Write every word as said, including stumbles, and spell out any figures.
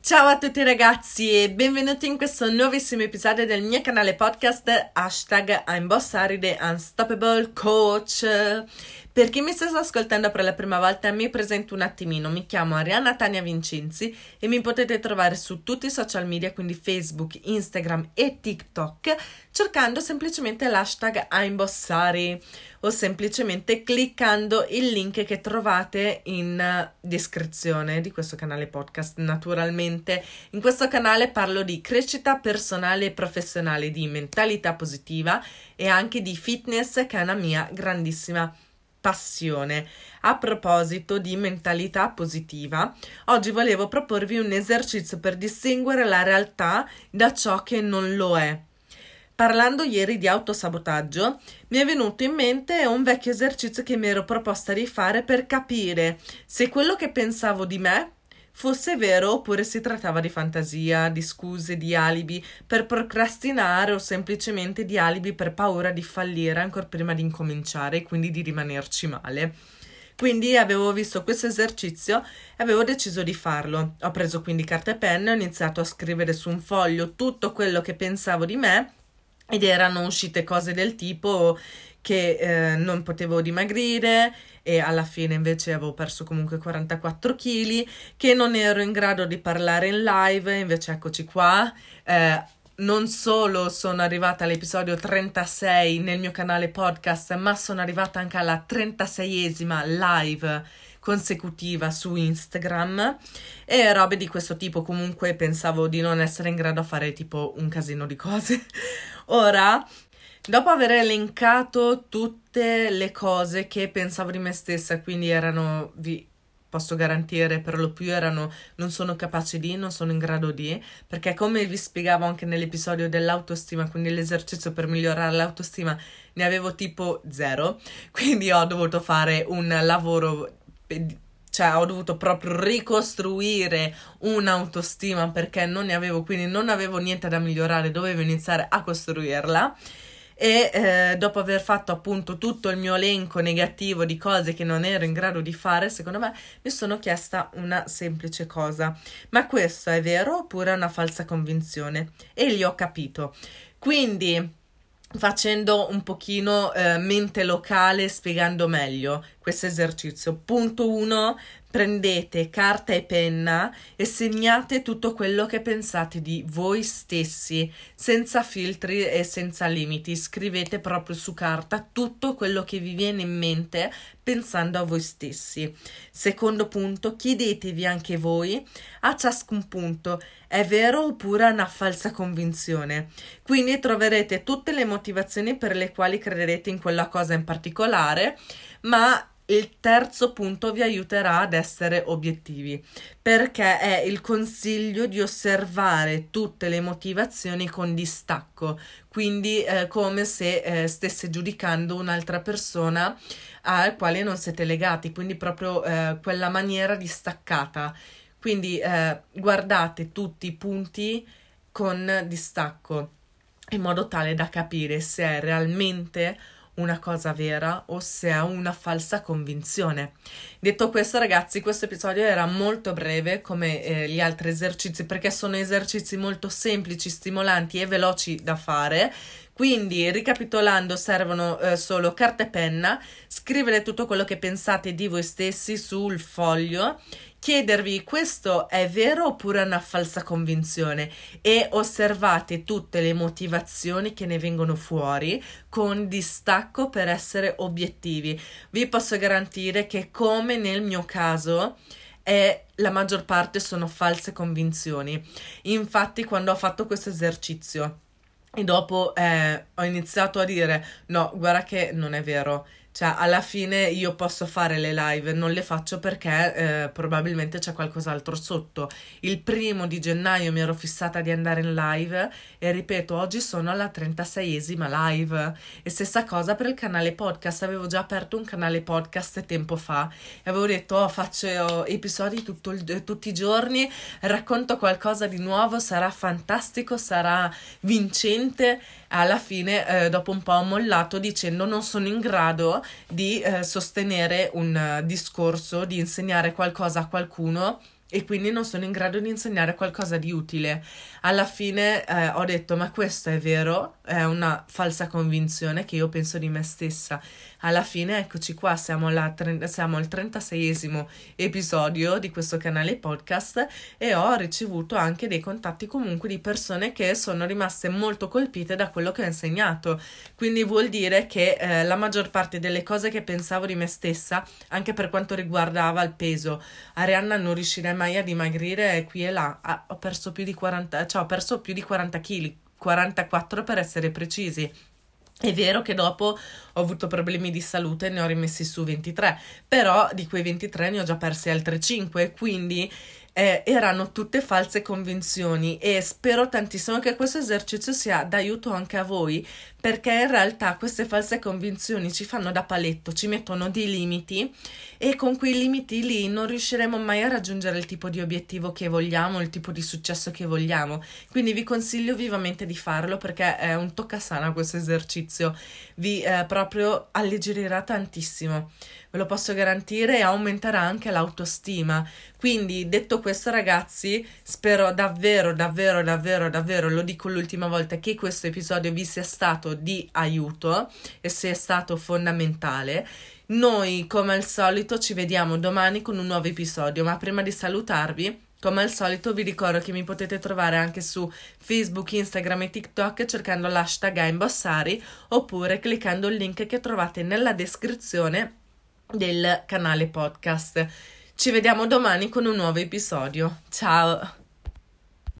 Ciao a tutti ragazzi e benvenuti in questo nuovissimo episodio del mio canale podcast hashtag I'm Boss Aride Unstoppable Coach. Per chi mi sta ascoltando per la prima volta mi presento un attimino, mi chiamo Arianna Tania Vincenzi e mi potete trovare su tutti i social media, quindi Facebook, Instagram e TikTok, cercando semplicemente l'hashtag I'm Boss Ari o semplicemente cliccando il link che trovate in descrizione di questo canale podcast. Naturalmente in questo canale parlo di crescita personale e professionale, di mentalità positiva e anche di fitness, che è una mia grandissima passione. A proposito di mentalità positiva, oggi volevo proporvi un esercizio per distinguere la realtà da ciò che non lo è. Parlando ieri di autosabotaggio, mi è venuto in mente un vecchio esercizio che mi ero proposta di fare per capire se quello che pensavo di me fosse vero oppure si trattava di fantasia, di scuse, di alibi per procrastinare o semplicemente di alibi per paura di fallire ancora prima di incominciare e quindi di rimanerci male. Quindi avevo visto questo esercizio e avevo deciso di farlo. Ho preso quindi carta e penna e ho iniziato a scrivere su un foglio tutto quello che pensavo di me ed erano uscite cose del tipo che eh, non potevo dimagrire e alla fine invece avevo perso comunque quarantaquattro chili, che non ero in grado di parlare in live, invece eccoci qua. Eh, non solo sono arrivata all'episodio trentasei nel mio canale podcast, ma sono arrivata anche alla trentaseiesima live consecutiva su Instagram e robe di questo tipo. Comunque pensavo di non essere in grado a fare tipo un casino di cose. Ora, dopo aver elencato tutte le cose che pensavo di me stessa, quindi erano, vi posso garantire, per lo più erano non sono capace di, non sono in grado di, perché come vi spiegavo anche nell'episodio dell'autostima, quindi l'esercizio per migliorare l'autostima, ne avevo tipo zero, quindi ho dovuto fare un lavoro, cioè ho dovuto proprio ricostruire un'autostima perché non ne avevo, quindi non avevo niente da migliorare, dovevo iniziare a costruirla. E eh, dopo aver fatto appunto tutto il mio elenco negativo di cose che non ero in grado di fare, secondo me mi sono chiesta una semplice cosa: ma questo è vero oppure è una falsa convinzione? E lì ho capito. Quindi, facendo un pochino eh, mente locale, spiegando meglio questo esercizio, punto uno: prendete carta e penna e segnate tutto quello che pensate di voi stessi, senza filtri e senza limiti. Scrivete proprio su carta tutto quello che vi viene in mente pensando a voi stessi. Secondo punto: chiedetevi anche voi a ciascun punto: è vero oppure è una falsa convinzione? Quindi troverete tutte le motivazioni per le quali crederete in quella cosa in particolare, ma il terzo punto vi aiuterà ad essere obiettivi, perché è il consiglio di osservare tutte le motivazioni con distacco, quindi eh, come se eh, stesse giudicando un'altra persona al quale non siete legati, quindi proprio eh, quella maniera distaccata. Quindi eh, guardate tutti i punti con distacco, in modo tale da capire se è realmente una cosa vera o se è una falsa convinzione. Detto questo, ragazzi, questo episodio era molto breve come eh, gli altri esercizi, perché sono esercizi molto semplici, stimolanti e veloci da fare. Quindi, ricapitolando, servono eh, solo carta e penna, scrivere tutto quello che pensate di voi stessi sul foglio, chiedervi: questo è vero oppure è una falsa convinzione, e osservate tutte le motivazioni che ne vengono fuori con distacco per essere obiettivi. Vi posso garantire che, come nel mio caso, è la maggior parte sono false convinzioni. Infatti, quando ho fatto questo esercizio e dopo eh, ho iniziato a dire: no, guarda che non è vero, cioè alla fine io posso fare le live, non le faccio perché eh, probabilmente c'è qualcos'altro sotto. Il primo di gennaio mi ero fissata di andare in live e ripeto, oggi sono alla trentaseiesima live. E stessa cosa per il canale podcast, avevo già aperto un canale podcast tempo fa e avevo detto: oh, faccio episodi tutto il, tutti i giorni, racconto qualcosa di nuovo, sarà fantastico, sarà vincente. Alla fine eh, dopo un po' ho mollato dicendo: non sono in grado di eh, sostenere un uh, discorso, di insegnare qualcosa a qualcuno e quindi non sono in grado di insegnare qualcosa di utile. Alla fine eh, ho detto, ma questo è vero, è una falsa convinzione che io penso di me stessa. Alla fine eccoci qua, siamo, alla, siamo al trentaseiesimo episodio di questo canale podcast e ho ricevuto anche dei contatti comunque di persone che sono rimaste molto colpite da quello che ho insegnato. Quindi vuol dire che eh, la maggior parte delle cose che pensavo di me stessa, anche per quanto riguardava il peso, Arianna non riuscirei mai a dimagrire qui e là, ah, ho perso più di quaranta, cioè ho perso più di quaranta chili, quarantaquattro per essere precisi. È vero che dopo ho avuto problemi di salute e ne ho rimessi su ventitré, però di quei ventitré ne ho già persi altre cinque, quindi eh, erano tutte false convinzioni e spero tantissimo che questo esercizio sia d'aiuto anche a voi, perché in realtà queste false convinzioni ci fanno da paletto, ci mettono dei limiti e con quei limiti lì non riusciremo mai a raggiungere il tipo di obiettivo che vogliamo, il tipo di successo che vogliamo. Quindi vi consiglio vivamente di farlo perché è un toccasana questo esercizio, vi eh, proprio alleggerirà tantissimo, ve lo posso garantire, e aumenterà anche l'autostima. Quindi detto questo ragazzi, spero davvero davvero davvero davvero, lo dico l'ultima volta, che questo episodio vi sia stato di aiuto e sia stato fondamentale. Noi come al solito ci vediamo domani con un nuovo episodio, ma prima di salutarvi, come al solito vi ricordo che mi potete trovare anche su Facebook, Instagram e TikTok cercando l'hashtag Aimbossari oppure cliccando il link che trovate nella descrizione del canale podcast. Ci vediamo domani con un nuovo episodio. Ciao!